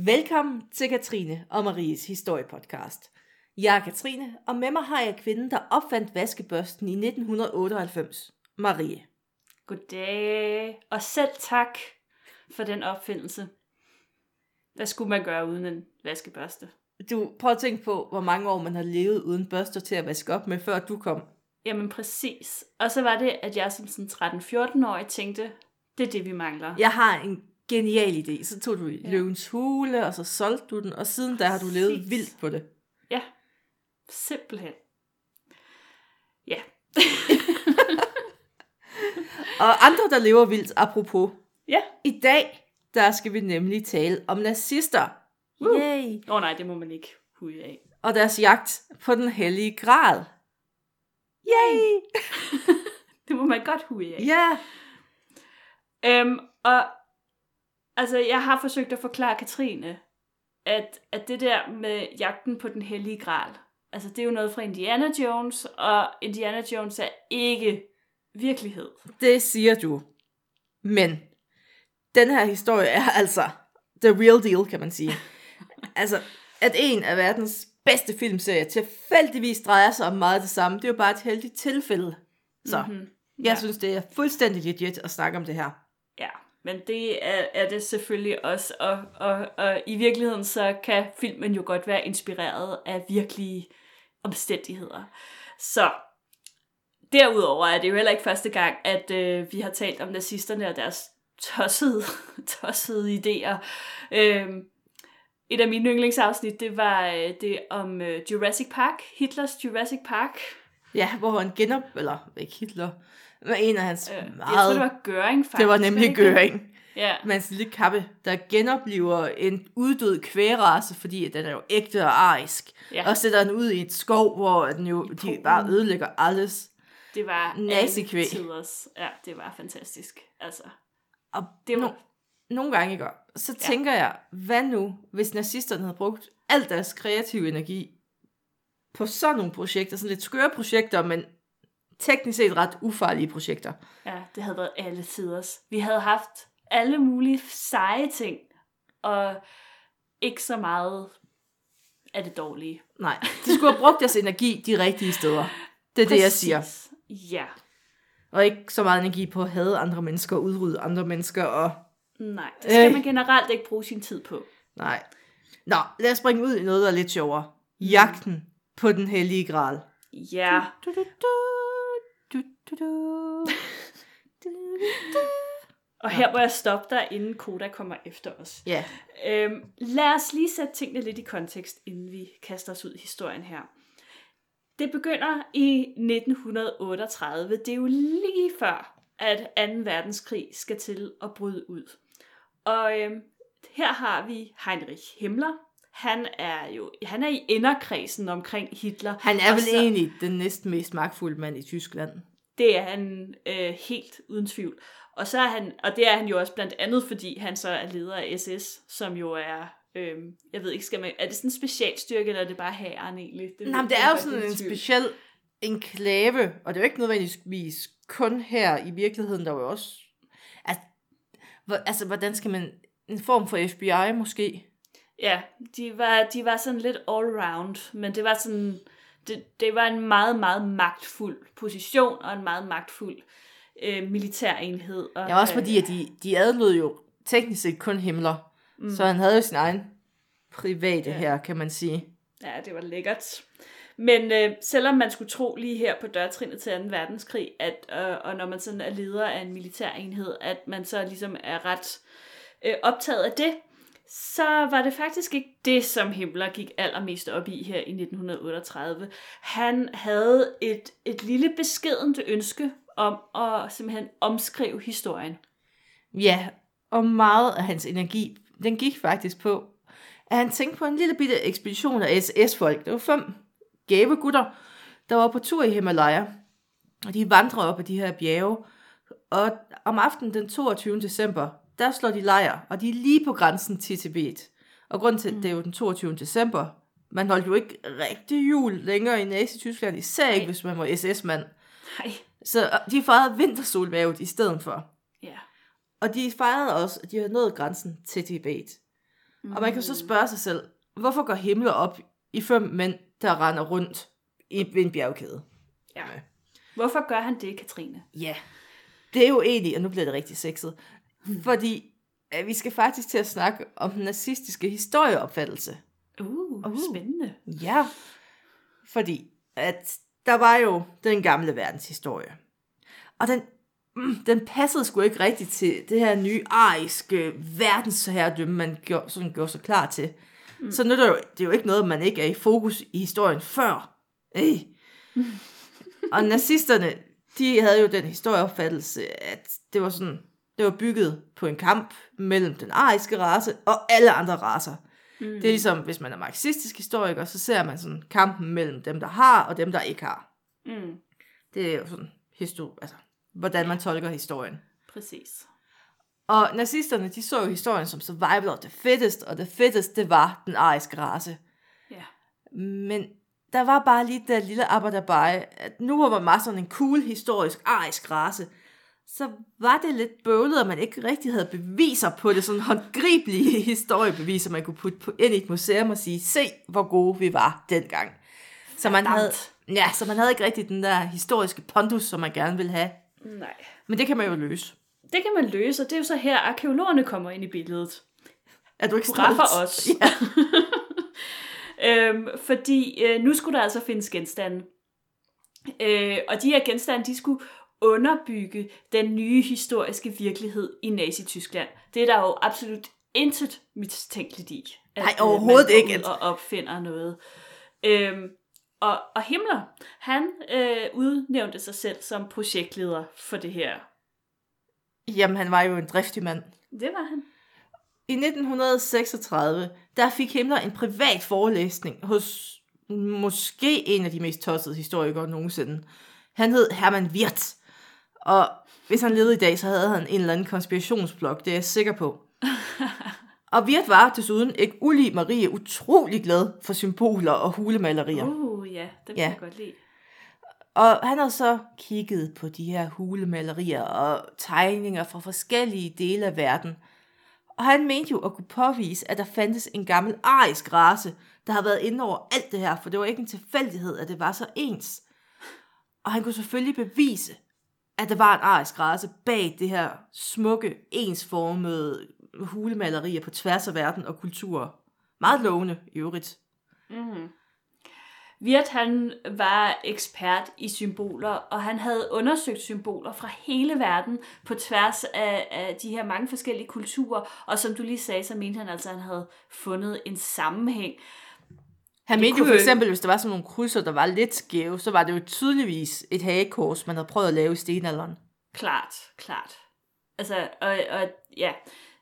Velkommen til Katrine og Maries historiepodcast. Jeg er Katrine, og med mig har jeg kvinden, der opfandt vaskebørsten i 1998, Marie. Goddag, og selv tak for den opfindelse. Hvad skulle man gøre uden en vaskebørste? Du prøv at tænke på, hvor mange år man har levet uden børster til at vaske op med, før du kom. Jamen præcis. Og så var det, at jeg som sådan 13-14-årig tænkte, det er det, vi mangler. Jeg har en genial idé. Så tog du i Løvens Hule, og så solgte du den, og siden da har du levet vildt på det. Ja, simpelthen. Ja. Og andre, der lever vildt, apropos. Ja. I dag, der skal vi nemlig tale om nazister. Yay! Nej, det må man ikke huge af. Og deres jagt på den hellige gral. Yay! Det må man godt huge af. Ja. Og altså, jeg har forsøgt at forklare Katrine, at det der med jagten på den hellige gral, altså det er jo noget fra Indiana Jones, og Indiana Jones er ikke virkelighed. Det siger du. Men den her historie er altså the real deal, kan man sige. Altså, at en af verdens bedste filmserier tilfældigvis drejer sig om meget det samme, det er jo bare et heldigt tilfælde. Så jeg synes, det er fuldstændig legit at snakke om det her. Ja, men det er det selvfølgelig også, og i virkeligheden så kan filmen jo godt være inspireret af virkelige omstændigheder. Så derudover er det jo heller ikke første gang, at vi har talt om nazisterne og deres tossede idéer. Et af mine yndlingsafsnit, det var det om Jurassic Park, Hitlers Jurassic Park. Ja, hvor han ikke Hitler, men en af hans Jeg tror, det var Göring faktisk. Det var nemlig Göring. Ja. Med hans lille kappe, der genopliver en uddød kvægrace, fordi den er jo ægte og arisk. Ja. Og sætter den ud i et skov, hvor de bare ødelægger alles. Det var nazikvæg. Ja, det var fantastisk. Altså, og det var... Nogle gange ikke. Så tænker jeg, hvad nu, hvis nazisterne havde brugt al deres kreative energi på sådan nogle projekter, sådan lidt skøre projekter, men teknisk set ret ufarlige projekter. Ja, det havde været alle tiders. Vi havde haft alle mulige seje ting, og ikke så meget af det dårlige. Nej, de skulle have brugt deres energi de rigtige steder. Det er præcis det, jeg siger. Ja. Og ikke så meget energi på at hade andre mennesker, udrydde andre mennesker og... Nej, det skal man generelt ikke bruge sin tid på. Nej. Nå, lad os springe ud i noget, der er lidt sjovere. Jagten på den hellige gral. Ja. Og her må jeg stoppe dig, inden Koda kommer efter os. Ja. Lad os lige sætte tingene lidt i kontekst, inden vi kaster os ud i historien her. Det begynder i 1938. Det er jo lige før, at 2. verdenskrig skal til at bryde ud. Og her har vi Heinrich Himmler. Han er i inderkredsen omkring Hitler. Han er vel egentlig den næsten mest magtfulde mand i Tyskland. Det er han helt uden tvivl. Og det er han jo også blandt andet, fordi han så er leder af SS, som jo er, jeg ved ikke, er det sådan en specialstyrke, eller er det bare hæren egentlig? Nej, men det er jo sådan en speciel enklave, og det er jo ikke nødvendigvis kun her i virkeligheden, der er jo også, altså hvordan skal man, en form for FBI måske? Ja, de var sådan lidt all-round, men det var sådan, det var en meget, meget magtfuld position, og en meget magtfuld militær enhed. Og, ja, også fordi, at de adlød jo teknisk set kun Himmler, så han havde jo sin egen private her, kan man sige. Ja, det var lækkert. Men selvom man skulle tro lige her på dørtrinnet til 2. verdenskrig, og når man sådan er leder af en militær enhed, at man så ligesom er ret optaget af det, så var det faktisk ikke det, som Himmler gik allermest op i her i 1938. Han havde et lille beskedent ønske om at simpelthen omskrive historien. Ja, og meget af hans energi, den gik faktisk på, at han tænkte på en lille bitte ekspedition af SS-folk. Det var 5 gave gutter, der var på tur i Himalaya. Og de vandrede op ad de her bjerge. Og om aftenen den 22. december, der slår de lejr, og de er lige på grænsen til Tibet. Og grunden til, det er jo den 22. december. Man holdt jo ikke rigtig jul længere i Nazi-Tyskland, især ikke, hvis man var SS-mand. Nej. Så de fejrede vintersolvævet i stedet for. Ja. Og de fejrede også, at de havde nået grænsen til Tibet. Og man kan så spørge sig selv, hvorfor går Himmler op i 5 mænd, der render rundt ved en bjergkæde? Ja. Hvorfor gør han det, Katrine? Ja, det er jo egentlig, og nu bliver det rigtig sexet, fordi vi skal faktisk til at snakke om den nazistiske historieopfattelse. Spændende. Ja, fordi at der var jo den gamle verdenshistorie. Og den passede sgu ikke rigtigt til det her nye ariske verdensherredømme, man gjorde så klar til. Så nu det er jo ikke noget, man ikke er i fokus i historien før. Og nazisterne, de havde jo den historieopfattelse, at det var bygget på en kamp mellem den ariske race og alle andre racer. Det er ligesom, hvis man er marxistisk historiker, så ser man sådan kampen mellem dem, der har, og dem, der ikke har. Det er jo sådan hvordan man tolker historien. Præcis. Og nazisterne, de så jo historien som survival of the fittest, og the fittest, det var den ariske race. Ja. Men der var bare lige det lille arbejderbej, at nu var man meget sådan en cool, historisk, arisk race. Så var det lidt bøvlet, at man ikke rigtig havde beviser på det, sådan håndgribelige historiebeviser, man kunne putte ind i et museum og sige, se hvor gode vi var dengang. Så man havde ikke rigtig den der historiske pondus, som man gerne ville have. Nej. Men det kan man jo løse. Det kan man løse, og det er jo så her, arkæologerne kommer ind i billedet. Er du ikke stolt? Hurra for os. Ja. Fordi nu skulle der altså findes genstande. Og de her genstande, de skulle underbygge den nye historiske virkelighed i Nazi-Tyskland. Det er der jo absolut intet mistænkeligt i. Nej, overhovedet ikke. Og opfinder noget. Og Himmler, han udnævnte sig selv som projektleder for det her. Jamen, han var jo en driftig mand. Det var han. I 1936, der fik Himmler en privat forelæsning hos måske en af de mest tossede historikere nogensinde. Han hed Hermann Wirth. Og hvis han levede i dag, så havde han en eller anden konspirationsblog, det er jeg sikker på. Og Wirth var desuden ikke ulig Marie utrolig glad for symboler og hulemalerier. Ja, det kan jeg godt lide. Og han har så kigget på de her hulemalerier og tegninger fra forskellige dele af verden. Og han mente jo at kunne påvise, at der fandtes en gammel arisk race, der har været inde over alt det her, for det var ikke en tilfældighed, at det var så ens. Og han kunne selvfølgelig bevise, at der var en arisk race bag det her smukke, ensformede hulemalerier på tværs af verden og kulturer. Meget lovende i øvrigt. Wirth, han var ekspert i symboler, og han havde undersøgt symboler fra hele verden på tværs af de her mange forskellige kulturer, og som du lige sagde, så mente han altså, at han havde fundet en sammenhæng. Han mente jo for eksempel, hvis der var sådan nogle krydser, der var lidt skæve, så var det jo tydeligvis et hagekors, man havde prøvet at lave i stenalderen. Klart. Altså, og ja.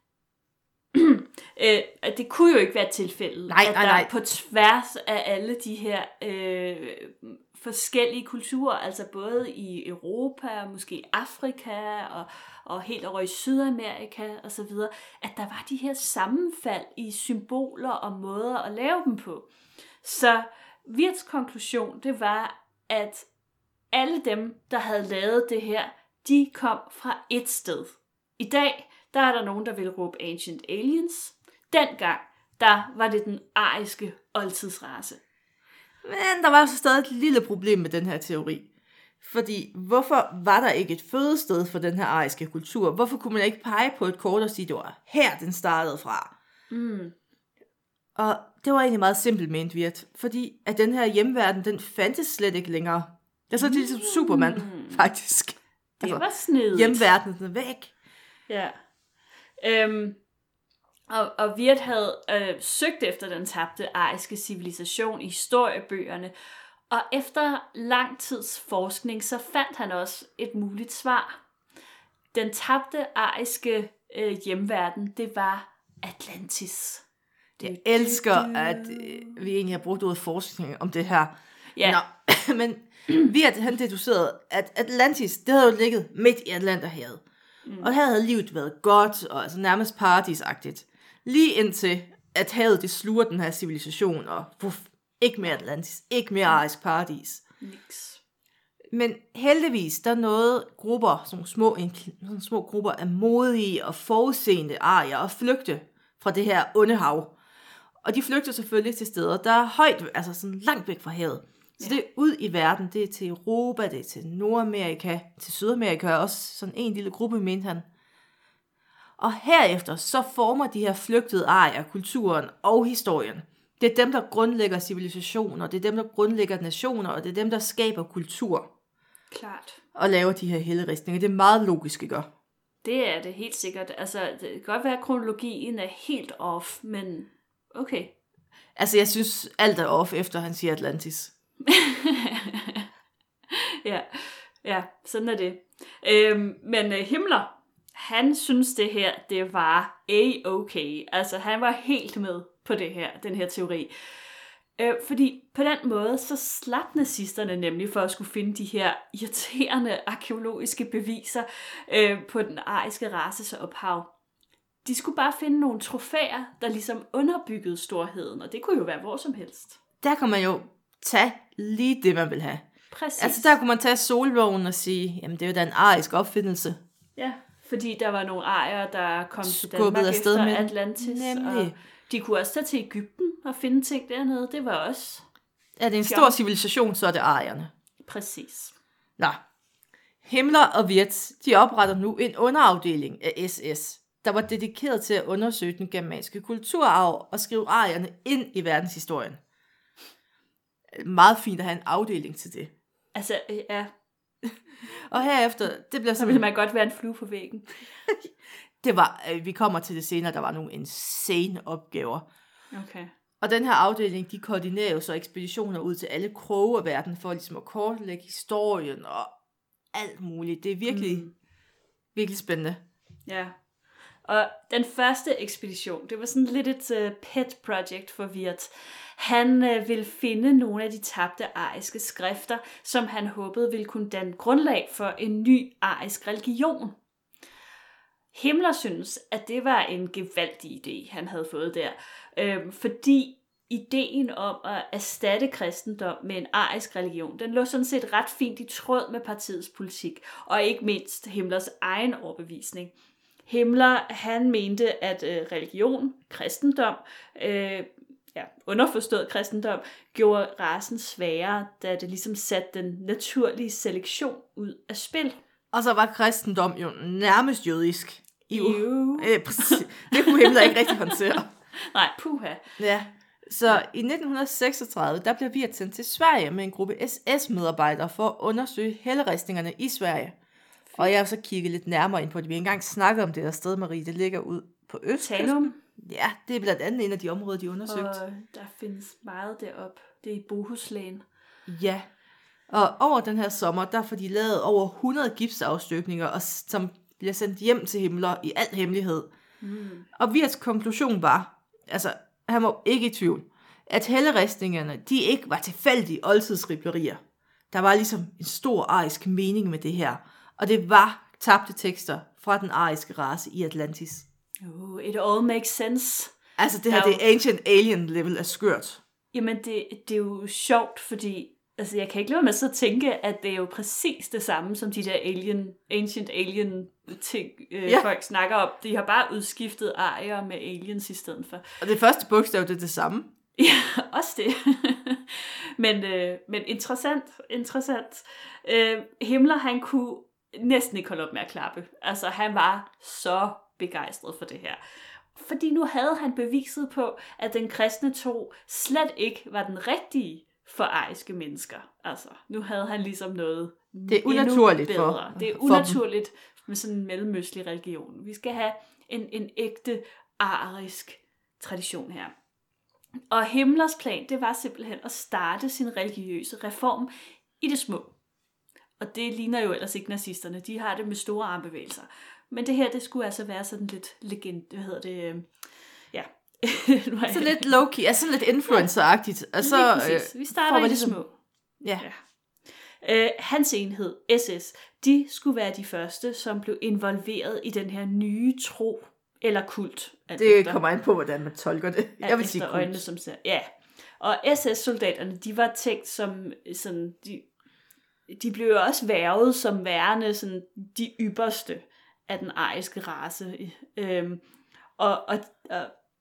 Det kunne jo ikke være tilfældet, at der på tværs af alle de her forskellige kulturer, altså både i Europa, og måske Afrika, og helt over i Sydamerika og så videre, at der var de her sammenfald i symboler og måder at lave dem på. Så Wirths konklusion, det var, at alle dem, der havde lavet det her, de kom fra et sted. I dag, der er der nogen, der vil råbe Ancient Aliens. Dengang, der var det den ariske oldtidsrace. Men der var så stadig et lille problem med den her teori. Fordi hvorfor var der ikke et fødested for den her ariske kultur? Hvorfor kunne man ikke pege på et kort og sige, at det var her, den startede fra? Og det var egentlig meget simpelt ment, Wirth. Fordi at den her hjemverden, den fandtes slet ikke længere. Det er så ligesom Superman, faktisk. Det var snedigt. Hjemverdenen er væk. Ja. Og Wirth havde søgt efter den tabte ariske civilisation i historiebøgerne, og efter lang tids forskning, så fandt han også et muligt svar. Den tabte ariske hjemverden, det var Atlantis. Jeg elsker, at vi egentlig har brugt ordet forskning om det her. Ja. Nå, men Wirth, han deducerede, at Atlantis, det havde jo ligget midt i Atlanterhavet. Og her havde livet været godt, og altså nærmest paradisagtigt. Lige indtil, at havet det sluger den her civilisation, og ikke mere Atlantis, ikke mere arisk paradis. Niks. Men heldigvis, der nåede grupper, sådan små grupper af modige og forudseende arier at flygte fra det her onde hav. Og de flygter selvfølgelig til steder, der er højt, altså sådan langt væk fra havet. Så det er ud i verden, det er til Europa, det er til Nordamerika, til Sydamerika, og også sådan en lille gruppe, mente han. Og herefter så former de her flygtede arier kulturen og historien. Det er dem, der grundlægger civilisationer, det er dem, der grundlægger nationer, og det er dem, der skaber kultur. Klart. Og laver de her helleristninger. Det er meget logisk, ikke? Det er det helt sikkert. Altså, det kan godt være, at kronologien er helt off, men okay. Altså, jeg synes, alt er off, efter han siger Atlantis. ja, sådan er det. Men Himmler, han synes det her, det var a-okay. Altså, han var helt med på den her teori. Fordi på den måde, så slap nazisterne nemlig for at skulle finde de her irriterende arkeologiske beviser på den ariske races ophav. De skulle bare finde nogle trofæer, der ligesom underbyggede storheden, og det kunne jo være hvor som helst. Der kan man jo tage lige det, man vil have. Præcis. Altså der kunne man tage solvognen og sige, jamen det er jo da en arisk opfindelse. Ja, fordi der var nogle arier, der kom til Danmark efter Atlantis. Nemlig. Og de kunne også tage til Egypten og finde ting dernede. Det var også... Ja, det er en stor civilisation, så er det arierne. Præcis. Nå. Himmler og Wirtz, de opretter nu en underafdeling af SS, der var dedikeret til at undersøge den germanske kulturarv og skrive arierne ind i verdenshistorien. Meget fint at have en afdeling til det. Altså, ja. Og herefter, det bliver så ville man godt være en flue på væggen. Det var, vi kommer til det senere, der var nogle insane opgaver. Okay. Og den her afdeling, de koordinerer jo så ekspeditioner ud til alle kroge af verden, for ligesom at kortlægge historien og alt muligt. Det er virkelig, virkelig spændende. Ja. Og den første ekspedition, det var sådan lidt et pet project for Wirtz. Han ville finde nogle af de tabte ariske skrifter, som han håbede ville kunne danne grundlag for en ny arisk religion. Himmler synes, at det var en gevaldig idé, han havde fået der, fordi ideen om at erstatte kristendom med en arisk religion, den lå sådan set ret fint i tråd med partiets politik, og ikke mindst Himmlers egen overbevisning. Himmler, han mente, at religion, kristendom, underforstået kristendom, gjorde racen sværere, da det ligesom satte den naturlige selektion ud af spil. Og så var kristendom jo nærmest jødisk. Det kunne Himmler ikke rigtig håndtere. Nej, puha. Ja. Så i 1936, der blev Wirtz sendt til Sverige med en gruppe SS-medarbejdere for at undersøge helleristningerne i Sverige. Og jeg har så kigget lidt nærmere ind på det. Vi har engang snakket om det der sted, Marie. Det ligger ud på Østkysten. Ja, det er blandt andet en af de områder, de undersøgte. Og der findes meget derop. Det er i Bohuslän. Ja. Og over den her sommer, der får de lavet over 100 gipsafstøbninger, som bliver sendt hjem til Himmler i al hemmelighed. Og Wirtz konklusion var, altså han var ikke i tvivl, at helleristningerne, de ikke var tilfældige oldtidsriblerier. Der var ligesom en stor arisk mening med det her. Og det var tabte tekster fra den ariske race i Atlantis. It all makes sense. Altså det her, det er ancient alien level af skørt. Jamen det er jo sjovt, fordi altså, jeg kan ikke lade med så tænke, at det er jo præcis det samme, som de der ancient alien ting, folk snakker om. De har bare udskiftet arier med aliens i stedet for. Og det første bogstav, det er det samme. Ja, også det. men interessant. Himmler, han kunne næsten ikke holde op med at klappe. Altså, han var så begejstret for det her. Fordi nu havde han beviset på, at den kristne tro slet ikke var den rigtige for ariske mennesker. Altså, nu havde han ligesom noget det er unaturligt bedre. Det er unaturligt med sådan en mellemøstlig religion. Vi skal have en ægte arisk tradition her. Og Himmlers plan, det var simpelthen at starte sin religiøse reform i det små. Og det ligner jo ellers ikke nazisterne. De har det med store armbevægelser. Men det her, det skulle altså være sådan lidt så lidt low-key, altså sådan lidt influencer-agtigt. Og så, vi starter i det små. Ja. Hans enhed, SS, de skulle være de første, som blev involveret i den her nye tro eller kult. Det kommer ind på, hvordan man tolker det. Jeg vil sige kult. Øjnene, som ser. Ja. Og SS-soldaterne, de var tænkt som sådan, de blev jo også hvervet som værende sådan de ypperste af den ariske race. Og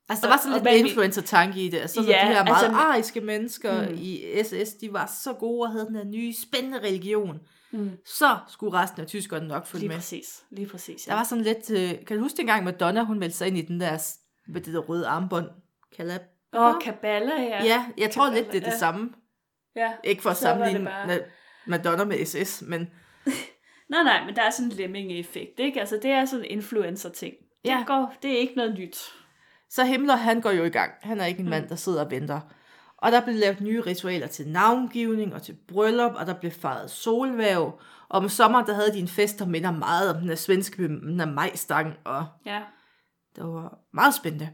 Altså, der var sådan lidt influencer-tanke i det. Altså, de her meget ariske mennesker i SS, de var så gode og havde den her nye, spændende religion. Så skulle resten af tyskerne nok følge med. Lige præcis, ja. Der var sådan lidt... kan du huske dengang, Madonna, hun meldte sig ind i den der, med det der røde armbånd? Kabbala, ja. Ja, jeg tror lidt, det er det samme. Ja. Ikke for at sammenligne Madonna med SS, men... Nej, men der er sådan en lemming-effekt, ikke? Altså, det er sådan en influencer-ting. Det er ikke noget nyt. Så Himmler, han går jo i gang. Han er ikke en mand, der sidder og venter. Og der blev lavet nye ritualer til navngivning og til bryllup, og der blev fejret solværv. Og om sommeren, der havde de en fest, der minder meget om den her svenske den her majstang, og det var meget spændende.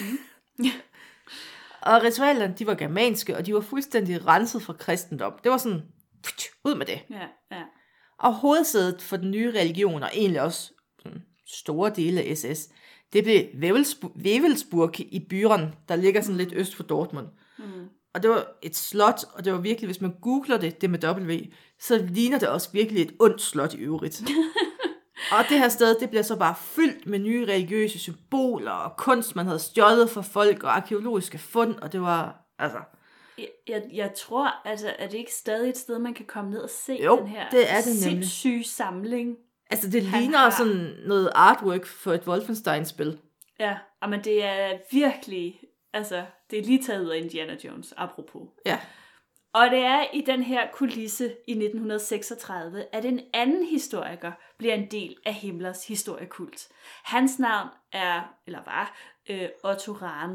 Og ritualerne, de var germanske, og de var fuldstændig renset fra kristendom. Det var sådan, ud med det. Ja. Og hovedsædet for den nye religion, og egentlig også store dele af SS, det blev Wewelsburg i Büren, der ligger sådan lidt øst for Dortmund. Og det var et slot, og det var virkelig, hvis man googler det med W, så ligner det også virkelig et ondt slot i øvrigt. Og det her sted, det bliver så bare fyldt med nye religiøse symboler, og kunst, man havde stjålet fra folk, og arkeologiske fund, og det var, altså... Jeg tror, altså, er det ikke stadig et sted, man kan komme ned og se den her det er det sindssyge samling? Altså, det ligner sådan noget artwork for et Wolfenstein-spil. Ja, men det er virkelig, altså, det er lige taget ud af Indiana Jones, apropos. Ja. Og det er i den her kulisse i 1936, at en anden historiker bliver en del af Himmlers historiekult. Hans navn var Otto Rahn.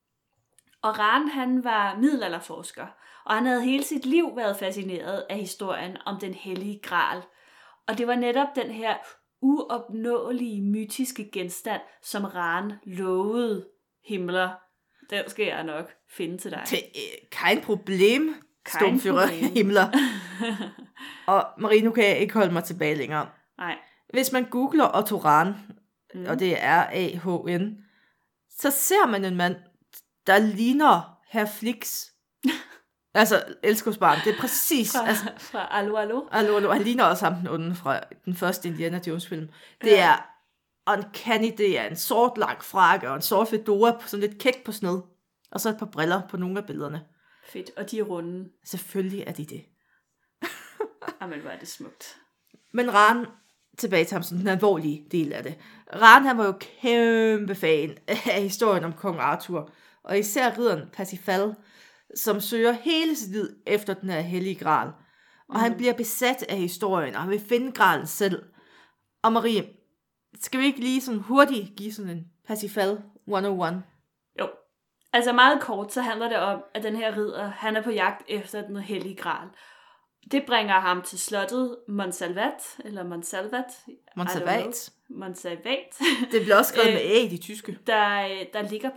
Og Rahn, han var middelalderforsker, og han havde hele sit liv været fascineret af historien om den hellige gral. Og det var netop den her uopnåelige, mytiske genstand, som Rahn lovede Himmler. Den skal jeg nok finde til dig. Kein problem, Sturmführer Himmler. Og Marie, nu kan jeg ikke holde mig tilbage længere. Nej. Hvis man googler Otto Rahn, og det er R-A-H-N, så ser man en mand, der ligner Herr Flix. Altså, elskovsbarn, det er præcis... Fra Allo Allo. Allo Allo. Han ligner også ham den onde fra den første Indiana Jones film. Det er uncanny, det er en sort lang frakke og en sort fedora, sådan lidt kæk på sned. Og så et par briller på nogle af billederne. Fedt, og de er runde. Selvfølgelig er de det. Jamen, hvor er det smukt. Men Rahn, tilbage til ham som den alvorlige del af det. Rahn, han var jo kæmpe fan af historien om kong Arthur. Og især ridderen Parsifal, som søger hele sit liv efter den her hellige gral. Og han bliver besat af historien, og han vil finde gralen selv. Og Marie, skal vi ikke lige sådan hurtigt give sådan en Parsifal 101? Jo. Altså meget kort, så handler det om, at den her ridder, han er på jagt efter den hellige gral. Det bringer ham til slottet Montsalvat, eller Montsalvat. Montsalvat. Det bliver også skrevet med æ i de tyske. Der ligger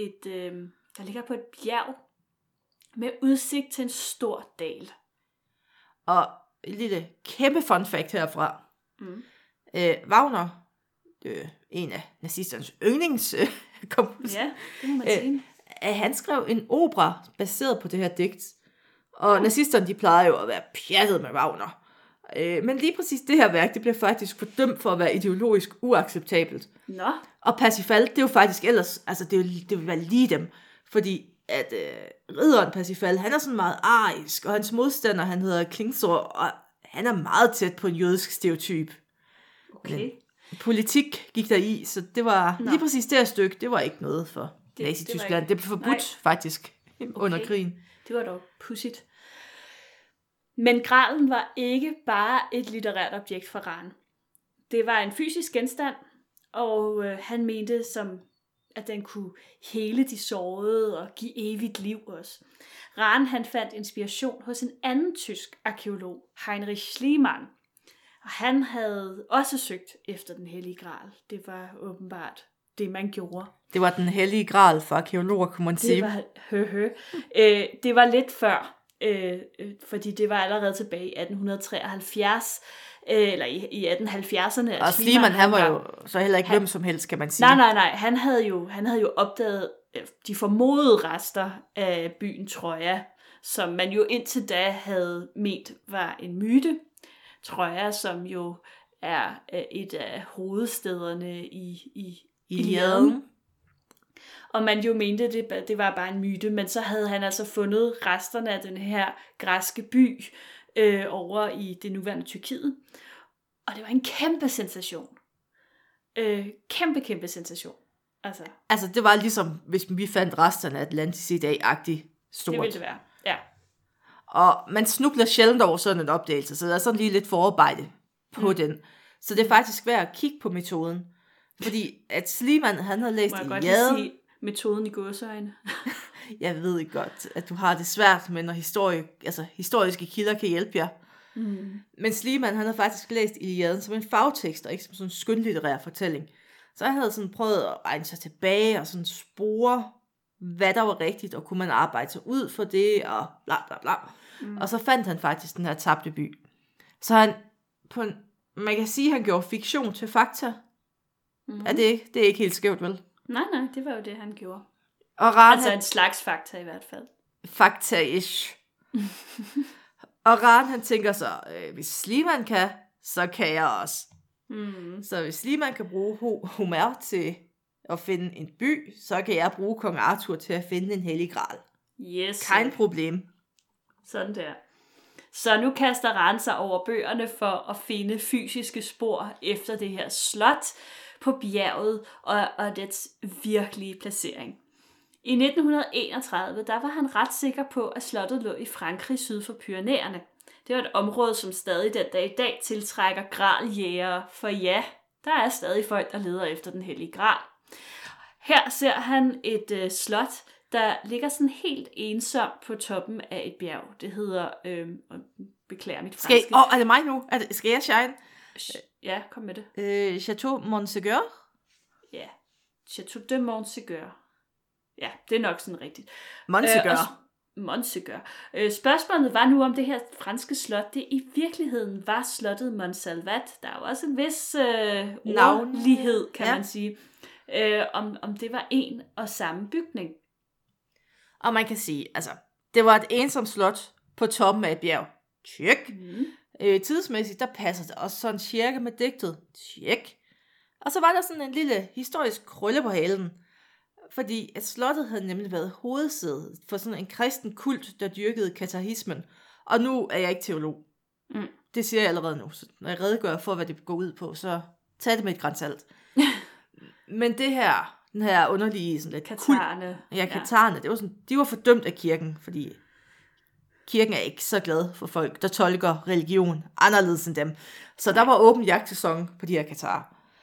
på et bjerg med udsigt til en stor dal. Og et lille kæmpe fun fact herfra. Wagner, en af nazisternes yndlingskomposer. Ja, det må man sige. Han skrev en opera baseret på det her digt. Og nazisterne, de plejede jo at være pjattet med Wagner. Men lige præcis det her værk, det blev faktisk fordømt for at være ideologisk uacceptabelt. Nå. Og Parsifal, det er jo faktisk ellers, altså det vil være lige dem. Fordi at ridderen Parsifal, han er sådan meget arisk, og hans modstander, han hedder Klingsor, og han er meget tæt på en jødisk stereotyp. Okay. Men politik gik der i, så det var lige præcis det her stykke, det var ikke noget for Nazi-Tyskland. Det blev forbudt faktisk under krigen. Det var dog pudsigt. Men gralen var ikke bare et litterært objekt for Rahn. Det var en fysisk genstand, og han mente, at den kunne hele de sårede og give evigt liv også. Rahn, han fandt inspiration hos en anden tysk arkeolog, Heinrich Schliemann. Og han havde også søgt efter den hellige gral. Det var åbenbart det, man gjorde. Det var den hellige gral for arkeologer, kunne man sige. Det var lidt før, fordi det var allerede tilbage i 1873, eller i 1870'erne. Og Schliemann, han var jo så heller ikke hvem som helst, kan man sige. Nej. Han havde jo opdaget de formodede rester af byen Troja, som man jo indtil da havde ment var en myte. Troja, som jo er et af hovedstederne i Iliaden. Og man jo mente, det var bare en myte, men så havde han altså fundet resterne af den her græske by over i det nuværende Tyrkiet. Og det var en kæmpe sensation. Kæmpe sensation. Altså, det var ligesom, hvis vi fandt resterne af Atlantis i dag-agtigt stort. Det ville det være, ja. Og man snubler sjældent over sådan en opdagelse, så der er sådan lige lidt forarbejde på den. Så det er faktisk værd at kigge på metoden. Fordi at Schliemann, han havde læst Iliaden. Må jeg godt sige metoden i gåseøjne? Jeg ved godt, at du har det svært med, når historiske kilder kan hjælpe jer. Men Schliemann, han havde faktisk læst Iliaden som en fagtekst, og ikke som sådan en skønlitterær fortælling. Så han havde sådan prøvet at regne sig tilbage og sådan spore, hvad der var rigtigt, og kunne man arbejde sig ud for det, og bla bla bla. Og så fandt han faktisk den her tabte by. Så han, man kan sige, at han gjorde fiktion til fakta. Det er ikke helt skævt, vel? Nej, det var jo det, han gjorde. Og altså en slags fakta i hvert fald. Fakta-ish. Og Rahn, han tænker så, hvis Schliemann kan, så kan jeg også. Så hvis Schliemann kan bruge Homer til at finde en by, så kan jeg bruge kong Arthur til at finde en hellig gral. Yes. Kein problem. Sådan der. Så nu kaster Rahn sig over bøgerne for at finde fysiske spor efter det her slot på bjerget og dets virkelige placering. I 1931, der var han ret sikker på, at slottet lå i Frankrig syd for Pyrenæerne. Det var et område, som stadig den dag i dag tiltrækker graljægere, for ja, der er stadig folk, der leder efter den hellige gral. Her ser han et slot, der ligger sådan helt ensomt på toppen af et bjerg. Det hedder, beklager mit franske. Er det mig nu? Skal jeg shine? Ja, kom med det. Chateau Montségur? Ja, Chateau de Montségur. Ja, det er nok sådan rigtigt. Montségur. Spørgsmålet var nu, om det her franske slot, det i virkeligheden var slottet Montsalvat. Der er jo også en vis navnlighed, kan man sige. Om det var en og samme bygning. Og man kan sige, altså, det var et ensomt slot på toppen af et bjerg. Tjek. Tidsmæssigt, der passer det også sådan cirka med digtet. Tjek. Og så var der sådan en lille historisk krølle på halen. Fordi at slottet havde nemlig været hovedsædet for sådan en kristen kult, der dyrkede katarismen. Og nu er jeg ikke teolog. Det siger jeg allerede nu. Så når jeg redegør for, hvad det går ud på, så tag det med et gran salt. Men det her, den her underlige sådan lidt katarerne. Katarerne, det var sådan, de var fordømt af kirken, fordi kirken er ikke så glad for folk, der tolker religion anderledes end dem. Så der var åben jagtsæson på de her katarer.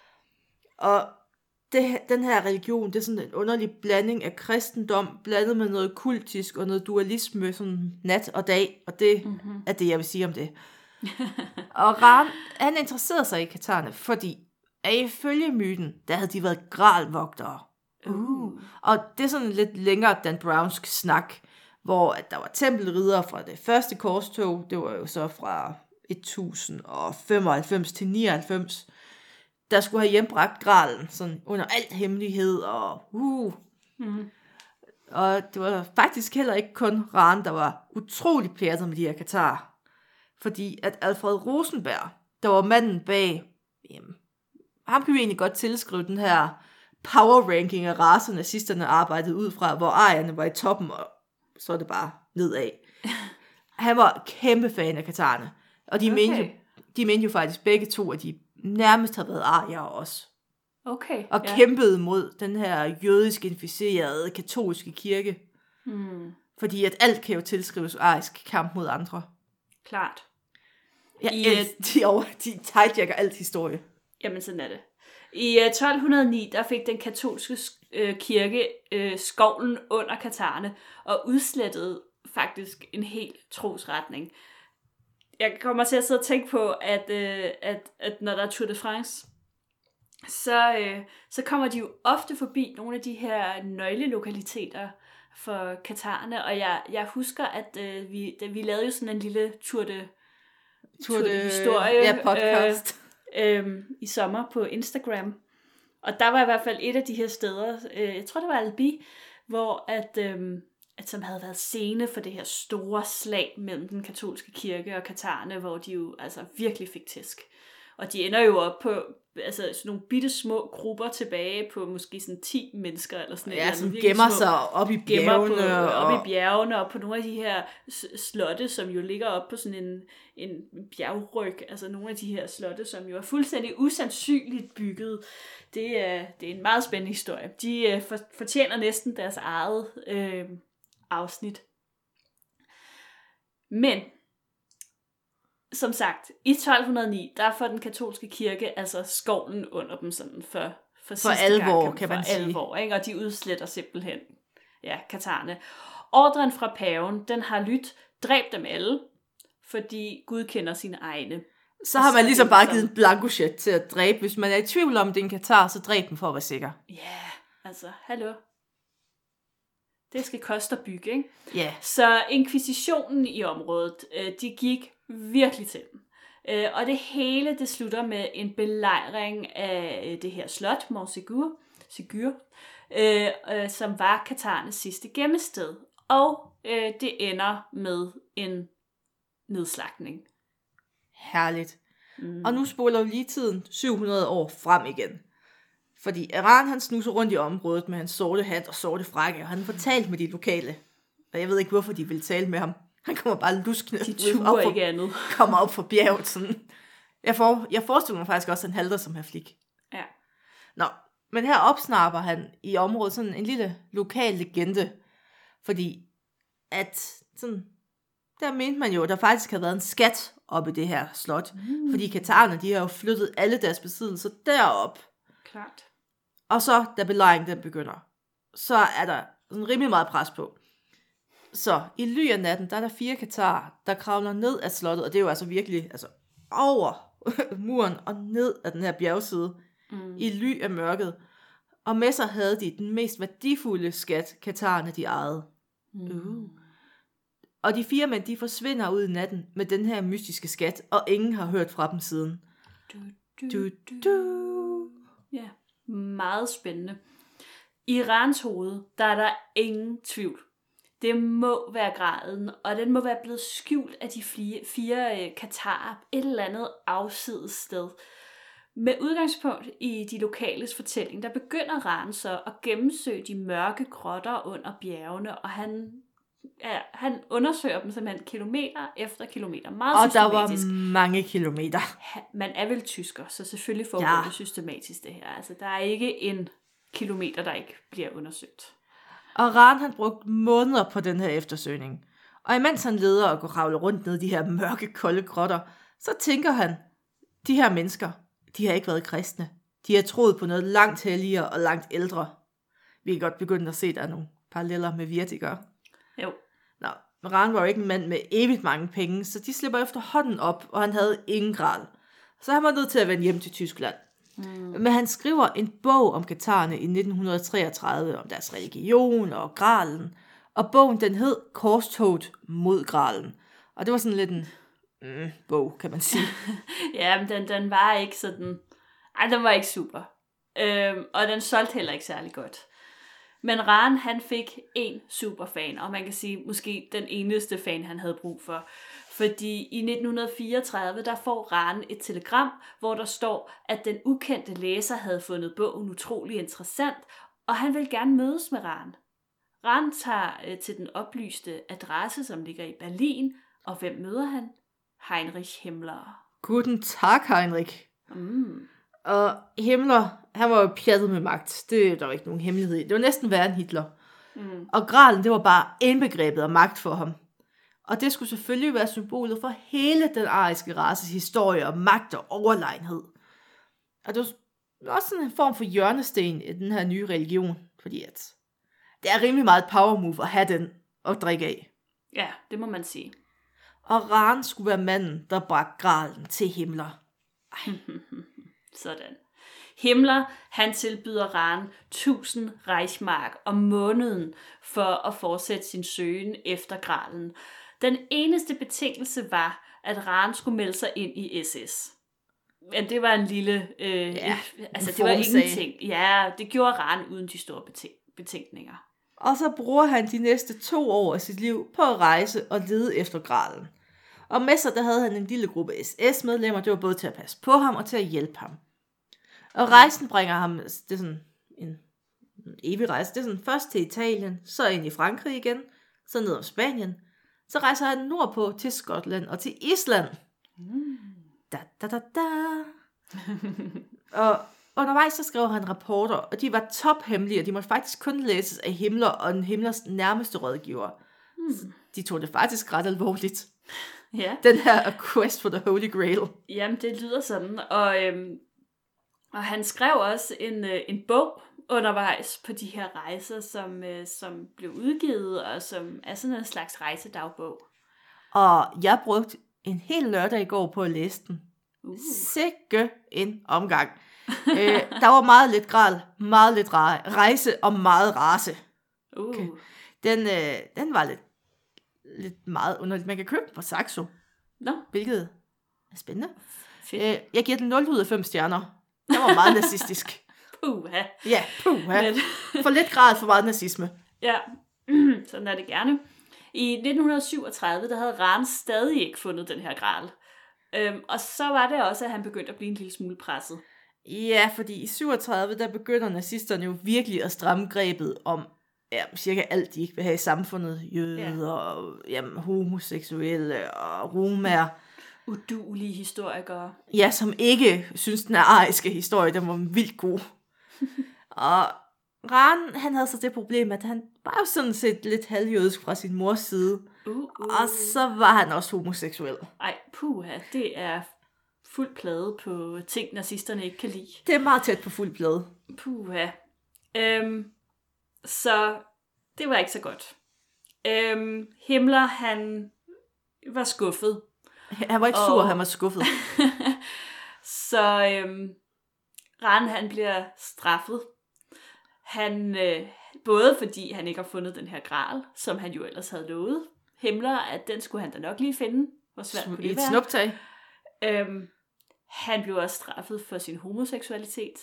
Og den her religion, det er sådan en underlig blanding af kristendom, blandet med noget kultisk og noget dualisme, sådan nat og dag, og det er det, jeg vil sige om det. Og Rahn, han interesserede sig i katarerne, fordi at ifølge myten, der havde de været gralvogtere. Og det er sådan lidt længere Dan Brownsk snak, hvor at der var tempelriddere fra det første korstog, det var jo så fra 1095 til 99, der skulle have hjembragt gralen, sådan under alt hemmelighed, og det var faktisk heller ikke kun Rahn, der var utrolig pjattet med de her katarer. Fordi at Alfred Rosenberg, der var manden bag, ham kan vi egentlig godt tilskrive den her power ranking af racer, nazisterne arbejdede ud fra, hvor arierne var i toppen, og så er det bare nedad. Han var kæmpe fan af katarerne, og de mente jo faktisk begge to, at de nærmest har været arier også. Okay. Og kæmpede mod den her jødisk inficerede katolske kirke. Fordi at alt kan jo tilskrives arisk kamp mod andre. Klart. De hijacker alt historie. Jamen sådan er det. I 1209, der fik den katolske kirke skovlen under katarerne, og udslettede faktisk en hel trosretning. Jeg kommer til at sidde og tænke på, at når der er Tour de France, så kommer de jo ofte forbi nogle af de her nøglelokaliteter for katarerne, og jeg husker, at vi lavede jo sådan en lille Tour de historie podcast i sommer på Instagram. Og der var i hvert fald et af de her steder, jeg tror det var Albi, hvor at som havde været scene for det her store slag mellem den katolske kirke og katarerne, hvor de jo altså virkelig fik tæsk. Og de ender jo op på sådan nogle bitte små grupper tilbage på måske sådan 10 mennesker eller sådan Ja, noget. som gemmer sig op i bjergene. Op i bjergene og på nogle af de her slotte, som jo ligger op på sådan en bjergryg. Altså nogle af de her slotte, som jo er fuldstændig usandsynligt bygget. Det er en meget spændende historie. De fortjener næsten deres eget afsnit. Men som sagt, i 1209, der får den katolske kirke altså skovlen under dem sådan for sidste alvor, gang, kan man sige. Alvor, ikke? Og de udsletter simpelthen katarerne. Ordren fra paven, den har lyttet, dræb dem alle, fordi Gud kender sine egne. Så har man ligesom bare givet en blankocheck til at dræbe. Hvis man er i tvivl om, det er en katar, så dræb den for at være sikker. Ja, altså, hallo. Det skal koste at bygge, ikke? Ja. Så inkvisitionen i området, de gik virkelig til dem. Og det hele, det slutter med en belejring af det her slot, Montségur, som var katarernes sidste gemmested. Og det ender med en nedslagtning. Herligt. Og nu spoler vi lige tiden 700 år frem igen. Fordi Aran, han snuser rundt i området med hans sorte hat og sorte frakke, og han får talt med de lokale. Og jeg ved ikke, hvorfor de vil tale med ham. Han kommer bare luskende kommer op fra bjerget. Sådan. Jeg forestiller mig faktisk også, at han halter som her flik. Ja. Nå, men her opsnapper han i området sådan en lille lokal legende. Fordi at sådan, der mente man jo, at der faktisk havde været en skat oppe i det her slot. Fordi katarerne, de har jo flyttet alle deres besiddelser derop. Klart. Og så, da belejringen den begynder, så er der sådan rimelig meget pres på. Så i ly af natten, der er der 4 katarer, der kravler ned af slottet, og det er jo altså virkelig over muren og ned af den her bjergside, i ly af mørket. Og med sig havde de den mest værdifulde skat, katarerne de ejede. Og de 4 mænd, de forsvinder ud i natten med den her mystiske skat, og ingen har hørt fra dem siden. Ja, meget spændende. I Irans hoved, der er der ingen tvivl. Det må være graden, og den må være blevet skjult af de 4 katarer et eller andet afsides sted. Med udgangspunkt i de lokales fortælling, der begynder Ran så at gennemsøge de mørke grotter under bjergene, og han undersøger dem simpelthen kilometer efter kilometer. Meget systematisk. Og der var mange kilometer. Man er vel tysker, så selvfølgelig foregår det systematisk det her. Altså, der er ikke en kilometer, der ikke bliver undersøgt. Og Ran, han brugte måneder på den her eftersøgning. Og imens han leder og går kravle rundt ned i de her mørke, kolde grotter, så tænker han, de her mennesker, de har ikke været kristne. De har troet på noget langt helligere og langt ældre. Vi kan godt begynde at se, at der er nogle paralleller med Virtiger. Jo. Nå, Ran var jo ikke en mand med evigt mange penge, så de slipper efterhånden op, og han havde ingen gral. Så han var nødt til at vende hjem til Tyskland. Men han skriver en bog om katarerne i 1933, om deres religion og gralen. Og bogen, den hed Korstoget mod gralen. Og det var sådan lidt en bog, kan man sige. Ja, men den var ikke sådan... Ej, den var ikke super. Og den solgte heller ikke særlig godt. Men Ran, han fik en superfan, og man kan sige, måske den eneste fan, han havde brug for. Fordi i 1934, der får Ran et telegram, hvor der står, at den ukendte læser havde fundet bogen utrolig interessant, og han vil gerne mødes med Ran. Ran tager til den oplyste adresse, som ligger i Berlin, og hvem møder han? Heinrich Himmler. Guten Tag, Heinrich. Og Himmler, han var jo pjattet med magt. Det er der ikke nogen hemmelighed i. Det var næsten værre end Hitler. Og gralen, det var bare indbegrebet af magt for ham. Og det skulle selvfølgelig være symbolet for hele den ariske races historie og magt og overlegenhed. Og det var også sådan en form for hjørnesten i den her nye religion, fordi at det er rimelig meget power move at have den og drikke af. Ja, det må man sige. Og Ran skulle være manden, der bragte gralen til Himmler. Sådan. Himmler, han tilbyder Ran 1000 Reichsmark om måneden for at fortsætte sin søgen efter gralen. Den eneste betingelse var, at Ran skulle melde sig ind i SS. Men det var en lille... det var ingenting. Ja, det gjorde Ran uden de store betænkninger. Og så bruger han de næste 2 år af sit liv på at rejse og lede efter gralen. Og med sig, der havde han en lille gruppe SS-medlemmer, det var både til at passe på ham og til at hjælpe ham. Og rejsen bringer ham, det er sådan en evig rejse, det er sådan først til Italien, så ind i Frankrig igen, så ned om Spanien, så rejser han nordpå til Skotland og til Island. Da, da, da, da. Og undervejs så skrev han rapporter, og de var tophemmelige, og de måtte faktisk kun læses af Himmler og den Himmlers nærmeste rådgiver. De tog det faktisk ret alvorligt. Ja. Den her quest for the Holy Grail. Jamen, det lyder sådan. Og han skrev også en bog undervejs på de her rejser, som blev udgivet, og som er sådan en slags rejsedagbog. Og jeg brugte en hel lørdag i går på at læse den. Sikke en omgang. Der var meget lidt gral, meget lidt rejse og meget race. Okay. Den var lidt meget underligt. Man kan købe den på Saxo. Hvilket er spændende. Jeg giver den 0 ud af 5 stjerner. Den var meget nazistisk. Puha. Ja, puha. For lidt grad for meget nazisme. Ja, sådan er det gerne. I 1937, der havde Rahn stadig ikke fundet den her gral. Og så var det også, at han begyndte at blive en lille smule presset. Ja, fordi i 37, der begynder nazisterne jo virkelig at stramme grebet om cirka alt, de ikke vil have i samfundet. Jøder, og homoseksuelle og romaer. Uduelige historikere. Ja, som ikke synes, den ariske historie, den var vildt god. Og Rahn, han havde så det problem, at han var jo sådan set lidt halvjødisk fra sin mors side. Og så var han også homoseksuel. Ej, puha, det er fuld plade på ting, nazisterne ikke kan lide. Det er meget tæt på fuld plade. Puha. Så det var ikke så godt. Himmler, han var skuffet. Han var ikke sur, han var skuffet. Så Rahn, han bliver straffet. Han, både fordi han ikke har fundet den her gral, som han jo ellers havde lovet Himmler, at den skulle han da nok lige finde. Hvor svært kunne det være? Et snuptag. Han blev også straffet for sin homoseksualitet.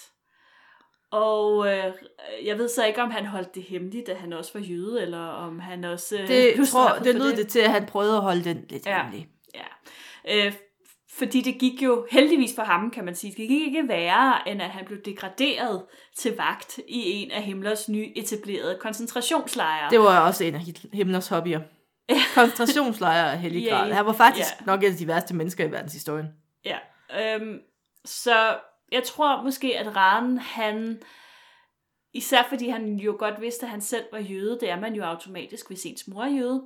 Og jeg ved så ikke, om han holdt det hemmeligt, at han også var jøde, eller om han også blev straffet det lød det til, at han prøvede at holde den lidt hemmelig. Ja. Fordi det gik jo heldigvis for ham, kan man sige. Det gik ikke værre, end at han blev degraderet til vagt i en af Himmlers nyetablerede koncentrationslejre. Det var også en af Himmlers hobbyer. Koncentrationslejre af hellig grad. Han var faktisk nok en af de værste mennesker i verdenshistorien. Ja. Så jeg tror måske, at Rahn, han, især fordi han jo godt vidste, at han selv var jøde, det er man jo automatisk, hvis ens mor er jøde.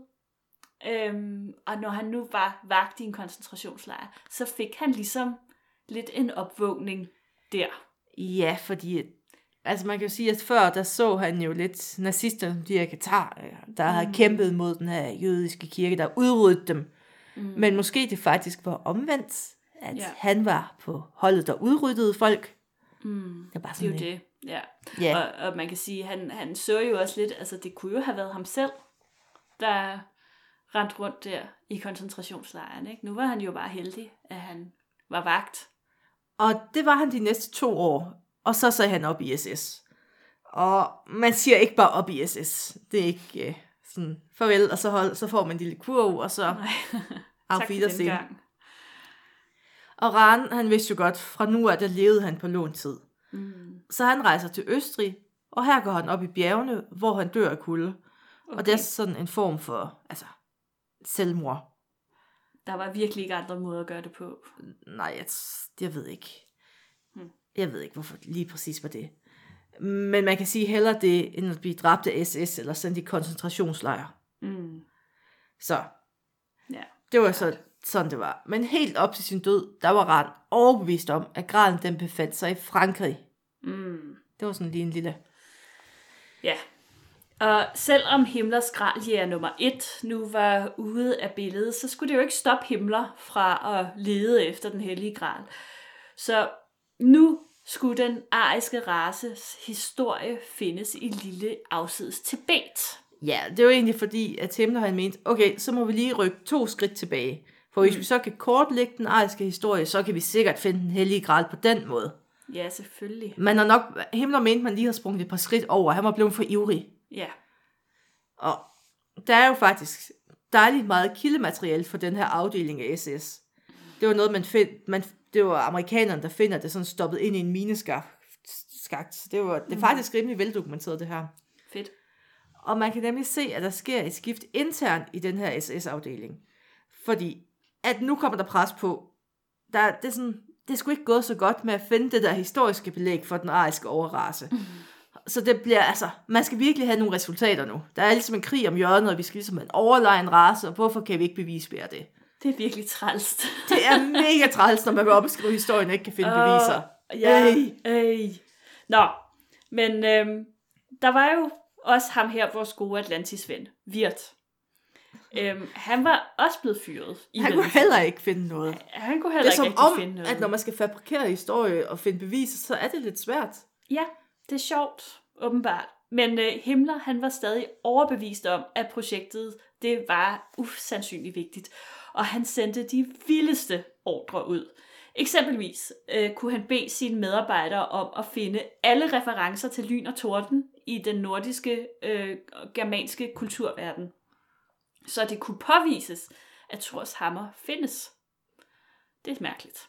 Og når han nu var vagt i en koncentrationslejr, så fik han ligesom lidt en opvågning der. Ja, fordi altså man kan jo sige, at før der så han jo lidt nazister, de her Katar, der havde kæmpet mod den her jødiske kirke, der udryddede dem. Men måske det faktisk var omvendt, at han var på holdet, der udryddede folk. Det var sådan det er jo det, ja. Og man kan sige, han så jo også lidt, altså det kunne jo have været ham selv, der rendte rundt der i koncentrationslejren, ikke? Nu var han jo bare heldig, at han var vagt. Og det var han de næste 2 år, og så sagde han op i SS. Og man siger ikke bare op i SS. Det er ikke sådan, farvel, og så får man en lille kurv, og så tak for den gang. Og Rahn, han vidste jo godt, fra nu af, der levede han på låntid. Så han rejser til Østrig, og her går han op i bjergene, hvor han dør af kulde. Okay. Og det er sådan en form for, selvmord. Der var virkelig ikke andre måder at gøre det på. Nej, jeg ved ikke. Jeg ved ikke, hvorfor lige præcis var det. Men man kan sige hellere det, end at blive dræbt af SS, eller sendt i koncentrationslejre. Så, det var sådan det var. Men helt op til sin død, der var Rahn overbevist om, at gralen den befandt sig i Frankrig. Det var sådan lige en lille... Ja. Og selvom Himmlers graljæger nummer 1 nu var ude af billedet, så skulle det jo ikke stoppe Himmler fra at lede efter den hellige gral. Så nu skulle den ariske races historie findes i lille afsides Tibet. Ja, det var egentlig fordi, at Himmler havde ment, okay, så må vi lige rykke 2 skridt tilbage. For hvis vi så kan kortlægge den ariske historie, så kan vi sikkert finde den hellige gral på den måde. Ja, selvfølgelig. Himmler mente, man lige har sprunget et par skridt over. Han var blevet for ivrig. Ja. Og der er jo faktisk, dejligt meget kildemateriale for den her afdeling af SS. Det var noget, det var amerikanerne, der finder det sådan stoppet ind i en mineskagt. Det er faktisk rimelig veldokumenteret, det her. Fedt. Og man kan nemlig se, at der sker et skift internt i den her SS-afdeling. Fordi, at nu kommer der pres på. Det skulle ikke gået så godt med at finde det der historiske belæg for den ariske overrace. Så det bliver, man skal virkelig have nogle resultater nu. Der er ligesom en krig om hjørnet, og vi skal ligesom have en overlegen race, og hvorfor kan vi ikke bevisbære det? Det er virkelig trælst. Det er mega træls, når man vil op og skrive historien og ikke kan finde beviser. Ja. Nå, men der var jo også ham her, vores gode Atlantis-ven, Wirt. Han var også blevet fyret. Han kunne heller ikke finde noget. Han kunne heller ikke rigtig finde noget. At når man skal fabrikere historie og finde beviser, så er det lidt svært. Ja, det er sjovt, åbenbart. Men Himmler, han var stadig overbevist om, at projektet, det var usandsynligt vigtigt. Og han sendte de vildeste ordre ud. Eksempelvis kunne han bede sine medarbejdere om at finde alle referencer til lyn og torden i den nordiske germanske kulturverden. Så det kunne påvises, at Thors hammer findes. Det er mærkeligt.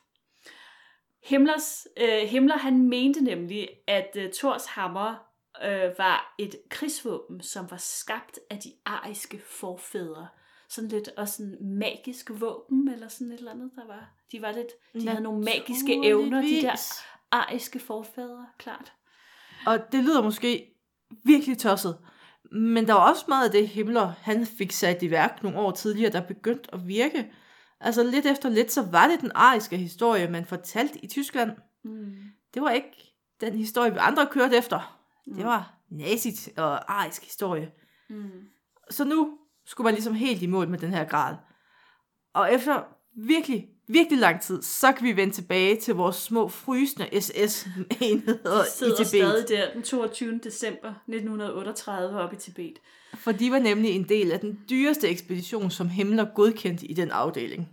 Himmler han mente nemlig, at Thors hammer var et krigsvåben, som var skabt af de ariske forfædre. Sådan lidt også en magisk våben, eller sådan et eller andet, der var. De havde nogle magiske evner, de der ariske forfædre, klart. Og det lyder måske virkelig tosset, men der var også meget af det, Himmler han fik sat i værk nogle år tidligere, der begyndte at virke. Altså lidt efter lidt, så var det den ariske historie, man fortalte i Tyskland. Det var ikke den historie, vi andre kørte efter. Det var nazit og arisk historie. Så nu skulle man ligesom helt i mål med den her grad. Og efter virkelig, virkelig lang tid, så kan vi vende tilbage til vores små frysende SS-enheder i Tibet. De sidder stadig der den 22. december 1938 oppe i Tibet. For de var nemlig en del af den dyreste ekspedition, som Himmler godkendte i den afdeling.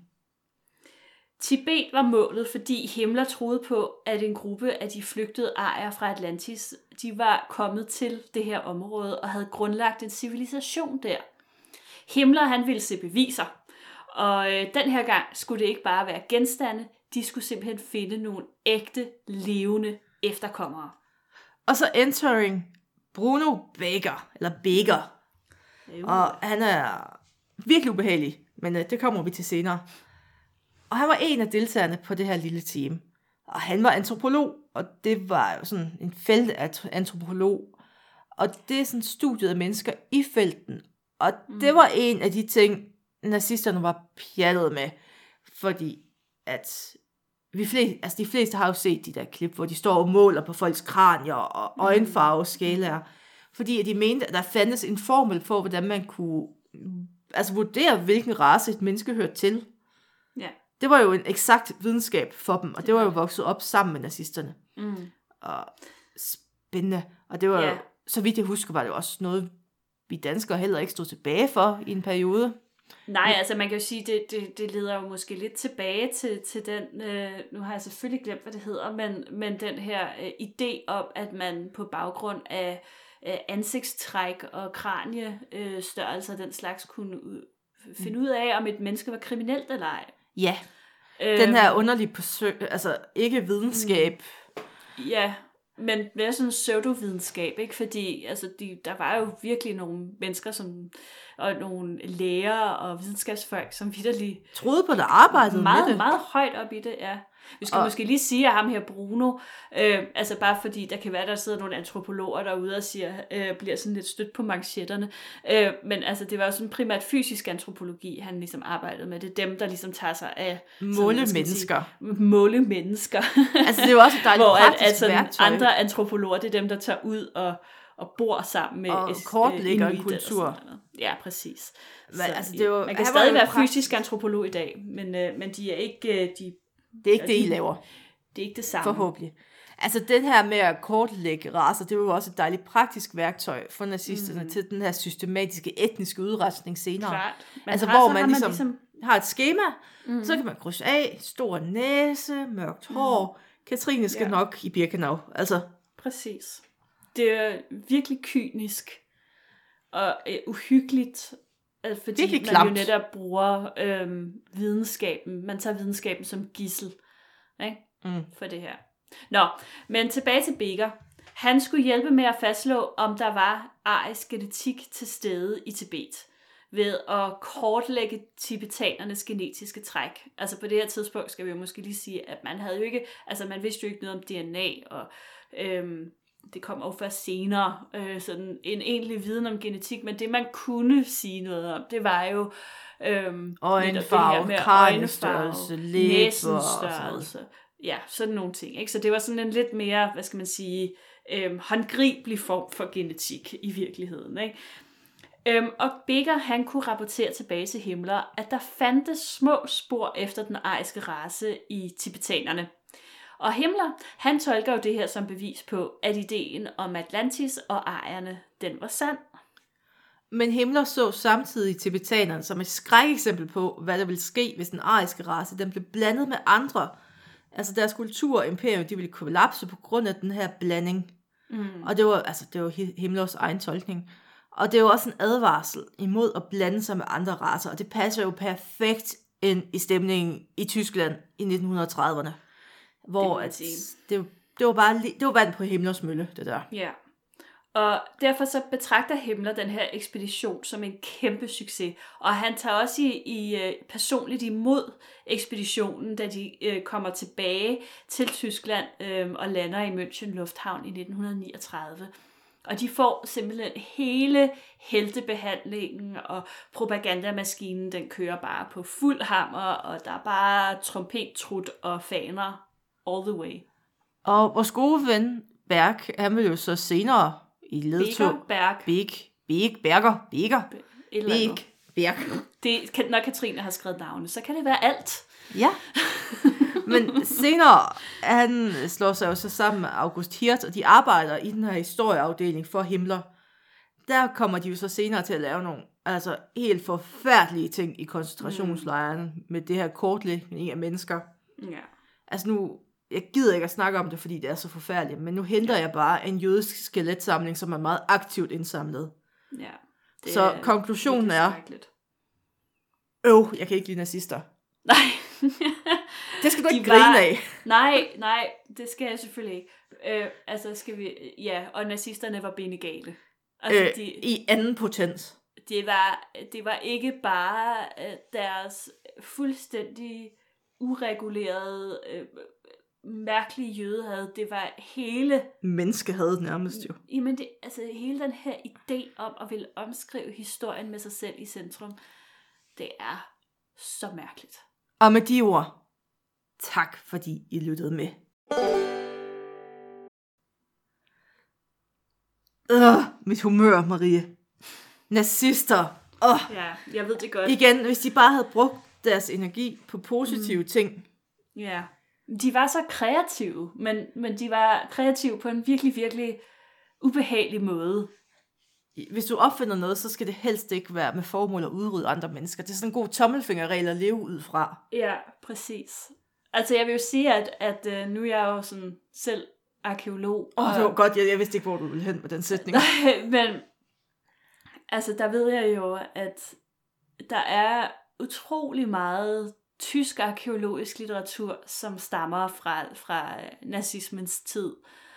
Tibet var målet, fordi Himmler troede på, at en gruppe af de flygtede arier fra Atlantis, de var kommet til det her område og havde grundlagt en civilisation der. Himmler han ville se beviser, og den her gang skulle det ikke bare være genstande, de skulle simpelthen finde nogle ægte, levende efterkommere. Og så entering Bruno Beger. Og han er virkelig ubehagelig, men det kommer vi til senere. Og han var en af deltagerne på det her lille team. Og han var antropolog, og det var jo sådan en feltantropolog. Og det er sådan studiet af mennesker i felten. Og det var en af de ting, nazisterne var pjattet med. Fordi at de fleste har jo set de der klip, hvor de står og måler på folks kranier og øjenfarveskalaer. Fordi at de mente, at der fandtes en formel for, hvordan man kunne vurdere, hvilken race et menneske hørte til. Ja. Det var jo en eksakt videnskab for dem, og det var jo vokset op sammen med nazisterne. Og spændende. Og det var jo, så vidt jeg husker, var det jo også noget, vi danskere heller ikke stod tilbage for i en periode. Nej, altså man kan jo sige, det leder jo måske lidt tilbage til den, nu har jeg selvfølgelig glemt, hvad det hedder, men den her idé om, at man på baggrund af ansigtstræk og kraniestørrelser den slags kunne finde ud af, om et menneske var kriminelt eller ej. Ja, den her underlige ikke videnskab. Ja, men det er sådan en pseudovidenskab, ikke? Fordi der var jo virkelig nogle mennesker, og nogle læger og videnskabsfolk, som vitterligt troede på det, arbejdede meget, med det. Meget højt op i det, ja. Vi skal måske lige sige, at ham her Bruno, bare fordi der kan være, der sidder nogle antropologer derude og siger, bliver sådan lidt stødt på manchetterne. Men det var jo sådan primært fysisk antropologi, han ligesom arbejdede med. Det er dem, der ligesom tager sig af målemennesker. Målemennesker. Det er jo også et dejligt praktisk værktøj. Andre antropologer, det er dem, der tager ud og bor sammen med og kortlægger en kultur. Ja, præcis. Man kan stadig være fysisk antropolog i dag, men de er ikke... Det er ikke det, I laver. Det er ikke det samme. Forhåbentlig. Den her med at kortlægge racer, det var jo også et dejligt praktisk værktøj for nazisterne til den her systematiske etniske udrensning senere. Klart. Hvor man ligesom har et skema, så kan man krydse af, stor næse, mørkt hår, Katrine skal nok i Birkenau. Præcis. Det er virkelig kynisk og uhyggeligt Fordi Virkelig man klamt. jo netop bruger videnskaben. Man tager videnskaben som gidsel, ikke? For det her. Nå, men tilbage til Beker. Han skulle hjælpe med at fastslå, om der var arisk genetik til stede i Tibet, ved at kortlægge tibetanernes genetiske træk. Altså på det her tidspunkt skal vi jo måske lige sige, at man havde jo ikke, altså man vidste jo ikke noget om DNA, og det kom jo først senere, sådan en egentlig viden om genetik, men det man kunne sige noget om, det var jo øjenfarve, kranestørrelse, læber og størrelse. Ja, sådan nogle ting. Ikke? Så det var sådan en lidt mere, hvad skal man sige, håndgribelig form for genetik i virkeligheden. Ikke? Og Beker, han kunne rapportere tilbage til Himmler, at der fandtes små spor efter den ariske race i tibetanerne. Og Himmler, han tolker jo det her som bevis på, at ideen om Atlantis og arierne, den var sand. Men Himmler så samtidig tibetanerne som et skrækeksempel på, hvad der ville ske, hvis den ariske race den blev blandet med andre. Altså deres kultur og imperium, de ville kollapse på grund af den her blanding. Og det var Himmlers egen tolkning. Og det var også en advarsel imod at blande sig med andre racer, og det passer jo perfekt ind i stemningen i Tyskland i 1930'erne. Hvor det var bare vand på Himmlers mølle, det der. Ja. Og derfor så betragter Himmler den her ekspedition som en kæmpe succes. Og han tager også personligt imod ekspeditionen, da de kommer tilbage til Tyskland og lander i München Lufthavn i 1939. Og de får simpelthen hele heltebehandlingen, og propagandamaskinen, den kører bare på fuld hammer, og der er bare trompet, trut og faner all the way. Og vores gode ven Berg, han vil jo så senere i ledtog... Berg. Når Katrine har skrevet navne, så kan det være alt. Ja, men senere, han slår sig jo så sammen med August Hirt, og de arbejder i den her historieafdeling for Himmler. Der kommer de jo så senere til at lave nogle helt forfærdelige ting i koncentrationslejrene med det her kortlægning af mennesker. Ja. Altså nu, jeg gider ikke at snakke om det, fordi det er så forfærdeligt, men nu henter jeg bare en jødisk skeletsamling, som er meget aktivt indsamlet. Ja. Så konklusionen er, jeg kan ikke lide nazister. Nej. Det skal du ikke grine af. Nej, det skal jeg selvfølgelig ikke. Og nazisterne var benegale. Altså, I anden potens. Det var ikke bare deres fuldstændig uregulerede, mærkelige jødehad, det var hele... Menneskehad nærmest jo. Jamen, hele den her idé om at ville omskrive historien med sig selv i centrum, det er så mærkeligt. Og med de ord, tak fordi I lyttede med. Mit humør, Marie. Nazister. Ja, jeg ved det godt. Igen, hvis de bare havde brugt deres energi på positive ting. Ja, de var så kreative, men de var kreative på en virkelig, virkelig ubehagelig måde. Hvis du opfinder noget, så skal det helst ikke være med formål at udrydde andre mennesker. Det er sådan en god tommelfingerregel at leve ud fra. Ja, præcis. Altså jeg vil jo sige, at nu er jeg jo sådan selv arkeolog. Det var godt, jeg vidste ikke, hvor du ville hen med den sætning. Men altså der ved jeg jo, at der er utrolig meget tysk arkeologisk litteratur, som stammer fra nazismens tid,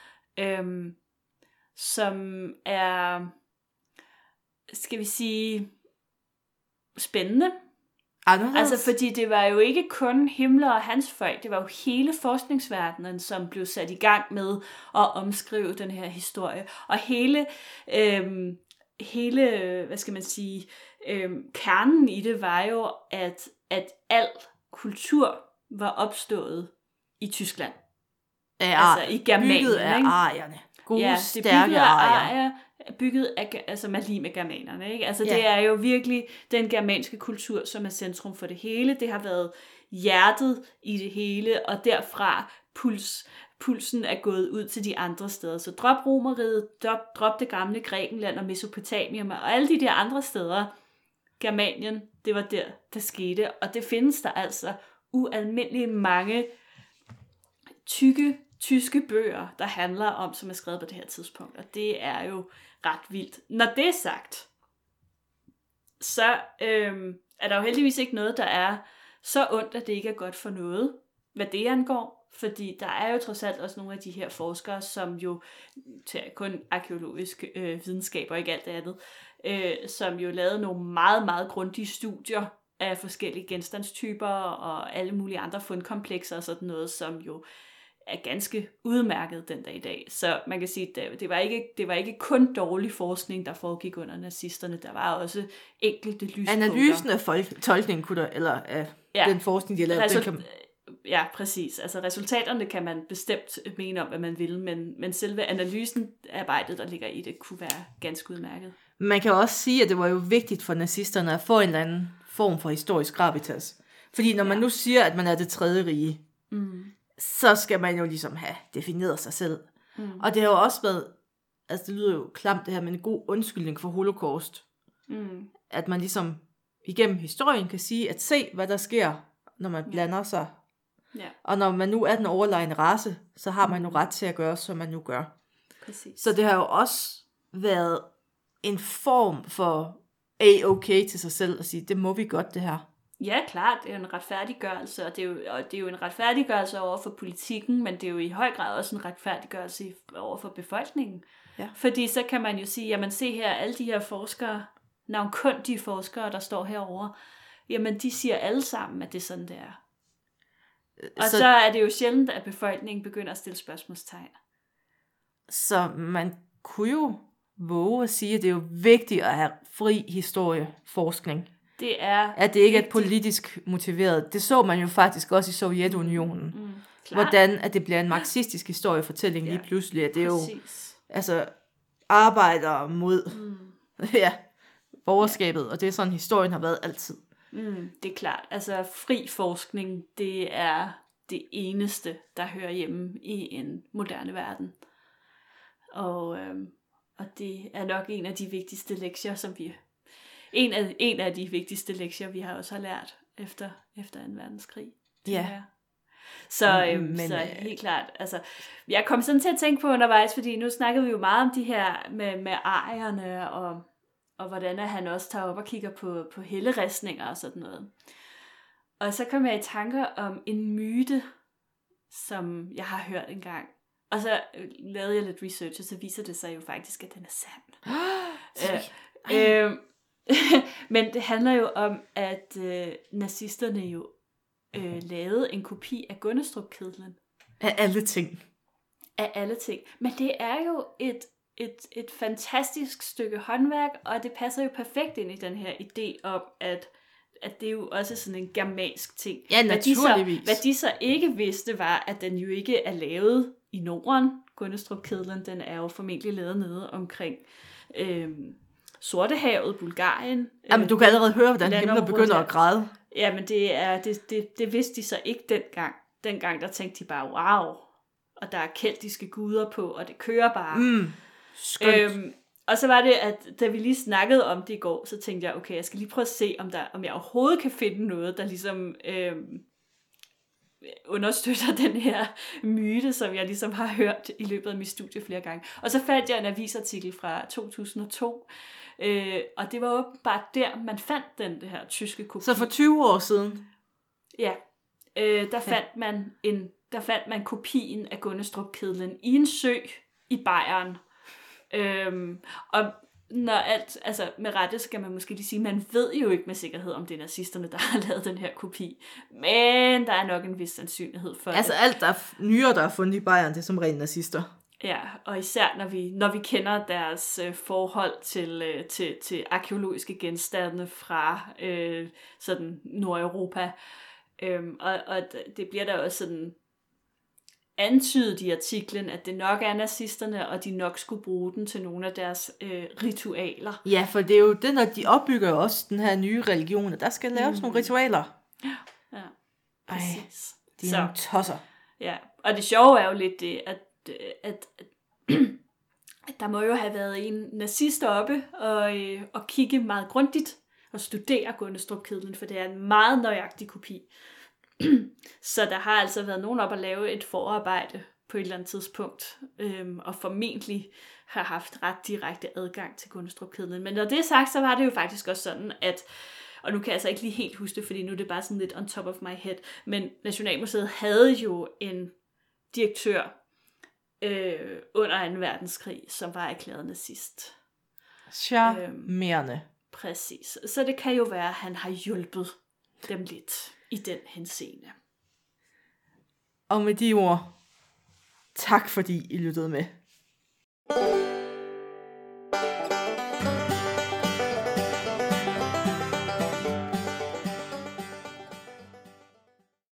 som er, skal vi sige, spændende. Altså fordi det var jo ikke kun Himmler og hans folk, det var jo hele forskningsverdenen, som blev sat i gang med at omskrive den her historie. Og hele hvad skal man sige, kernen i det var jo, at al kultur var opstået i Tyskland. Altså i Germanien. Bygget af arierne. Gode, stærke arier. Bygget af, man lige med germanerne, ikke? Altså det er jo virkelig den germanske kultur, som er centrum for det hele. Det har været hjertet i det hele, og derfra pulsen er gået ud til de andre steder. Så drop Romeriet, drop det gamle Grækenland og Mesopotamien, og alle de der andre steder, Germanien, det var der skete. Og det findes der altså ualmindeligt mange tyske bøger, der handler om, som er skrevet på det her tidspunkt. Og det er jo ret vildt. Når det er sagt, så er der jo heldigvis ikke noget, der er så ondt, at det ikke er godt for noget, hvad det angår. Fordi der er jo trods alt også nogle af de her forskere, som jo tager kun arkæologisk videnskab og ikke alt det andet, som jo lavede nogle meget, meget grundige studier af forskellige genstandstyper og alle mulige andre fundkomplekser og sådan noget, som jo er ganske udmærket den dag i dag. Så man kan sige, at det var ikke kun dårlig forskning, der foregik under nazisterne. Der var også enkelte lyspunkter. Analysen af tolkningen kunne der, eller af den forskning, de har lavet, Ja, præcis. Altså resultaterne kan man bestemt mene om, hvad man vil, men selve analysen af arbejdet, der ligger i det, kunne være ganske udmærket. Man kan også sige, at det var jo vigtigt for nazisterne at få en eller anden form for historisk gravitas. Fordi når man nu siger, at man er det tredje rige, så skal man jo ligesom have defineret sig selv. Og det har jo også været, altså det lyder jo klamt det her, men en god undskyldning for holocaust. At man ligesom igennem historien kan sige, at se hvad der sker, når man blander sig. Ja. Og når man nu er den overlegne race, så har man jo ret til at gøre, som man nu gør. Præcis. Så det har jo også været en form for okay til sig selv at sige, det må vi godt det her. Ja, klart, det er jo en retfærdiggørelse, og det er jo en retfærdiggørelse over for politikken, men det er jo i høj grad også en retfærdiggørelse over for befolkningen. Ja. Fordi så kan man jo sige, jamen se her, alle de her forskere, navnkundige forskere, der står herovre, jamen de siger alle sammen, at det er sådan, det er. Og så er det jo sjældent, at befolkningen begynder at stille spørgsmålstegn. Så man kunne jo våge at sige, at det er jo vigtigt at have fri historieforskning. Det er at det ikke er politisk motiveret. Det så man jo faktisk også i Sovjetunionen. Hvordan at det bliver en marxistisk historiefortælling lige pludselig. At det er jo altså arbejdere mod borgerskabet, og det er sådan, historien har været altid. Det er klart. Altså fri forskning, det er det eneste, der hører hjemme i en moderne verden. Og det er nok en af de vigtigste lektier, som vi... En af de vigtigste lektier, vi har også lært efter 2. verdenskrig. Ja. Så helt klart, altså, jeg kom sådan til at tænke på undervejs, fordi nu snakkede vi jo meget om de her med arierne, og hvordan han også tager op og kigger på helleristninger og sådan noget. Og så kom jeg i tanker om en myte, som jeg har hørt engang. Og så lavede jeg lidt research, og så viser det sig jo faktisk, at den er sand. Men det handler jo om, at nazisterne jo lavede en kopi af Gunnestrup-kedlen. Af alle ting. Af alle ting. Men det er jo et fantastisk stykke håndværk, og det passer jo perfekt ind i den her idé om, at det er jo også sådan en germansk ting. Ja, naturligvis. Hvad de så ikke vidste, var, at den jo ikke er lavet i Norden. Gunnestrup-kedlen, den er jo formentlig lavet nede omkring Sortehavet, Bulgarien. Jamen, du kan allerede høre, hvordan himlen begynder at græde. Jamen, det vidste de så ikke dengang. Dengang, der tænkte de bare, wow, og der er keltiske guder på, og det kører bare. Skønt. Og så var det, at da vi lige snakkede om det i går, så tænkte jeg, okay, jeg skal lige prøve at se, om jeg overhovedet kan finde noget, der ligesom understøtter den her myte, som jeg ligesom har hørt i løbet af mit studie flere gange. Og så fandt jeg en avisartikel fra 2002, og det var åbenbart der, man fandt det her tyske kopi. Så for 20 år siden? Ja, der fandt man kopien af Gunnestrup-kedlen i en sø i Bayern. Og når alt, altså med rette skal man måske lige sige, man ved jo ikke med sikkerhed, om det er nazisterne, der har lavet den her kopi. Men der er nok en vis sandsynlighed for altså alt der nyere, der er fundet i Bayern, det er som rene nazister. Ja, og især når vi kender deres forhold til arkæologiske genstande fra sådan Nordeuropa. Og det bliver der også sådan antydet i artiklen, at det nok er nazisterne, og de nok skulle bruge den til nogle af deres ritualer. Ja, for det er jo det, når de opbygger også den her nye religion, der skal laves nogle ritualer. Ja, præcis. De er nogle tosser. Ja, og det sjove er jo lidt det, at der må jo have været en nazist oppe og kigge meget grundigt og studere Gunnestrup-kedlen, for det er en meget nøjagtig kopi. Så der har altså været nogen op at lave et forarbejde på et eller andet tidspunkt, og formentlig have haft ret direkte adgang til Gundestrup-Kedlen. Men når det er sagt, så var det jo faktisk også sådan, at, og nu kan jeg altså ikke lige helt huske det, fordi nu er det bare sådan lidt on top of my head, men Nationalmuseet havde jo en direktør under 2. verdenskrig, som var erklæret nazist. Charmerende. Præcis. Så det kan jo være, at han har hjulpet dem lidt i den henseende. Og med de ord, tak fordi I lyttede med.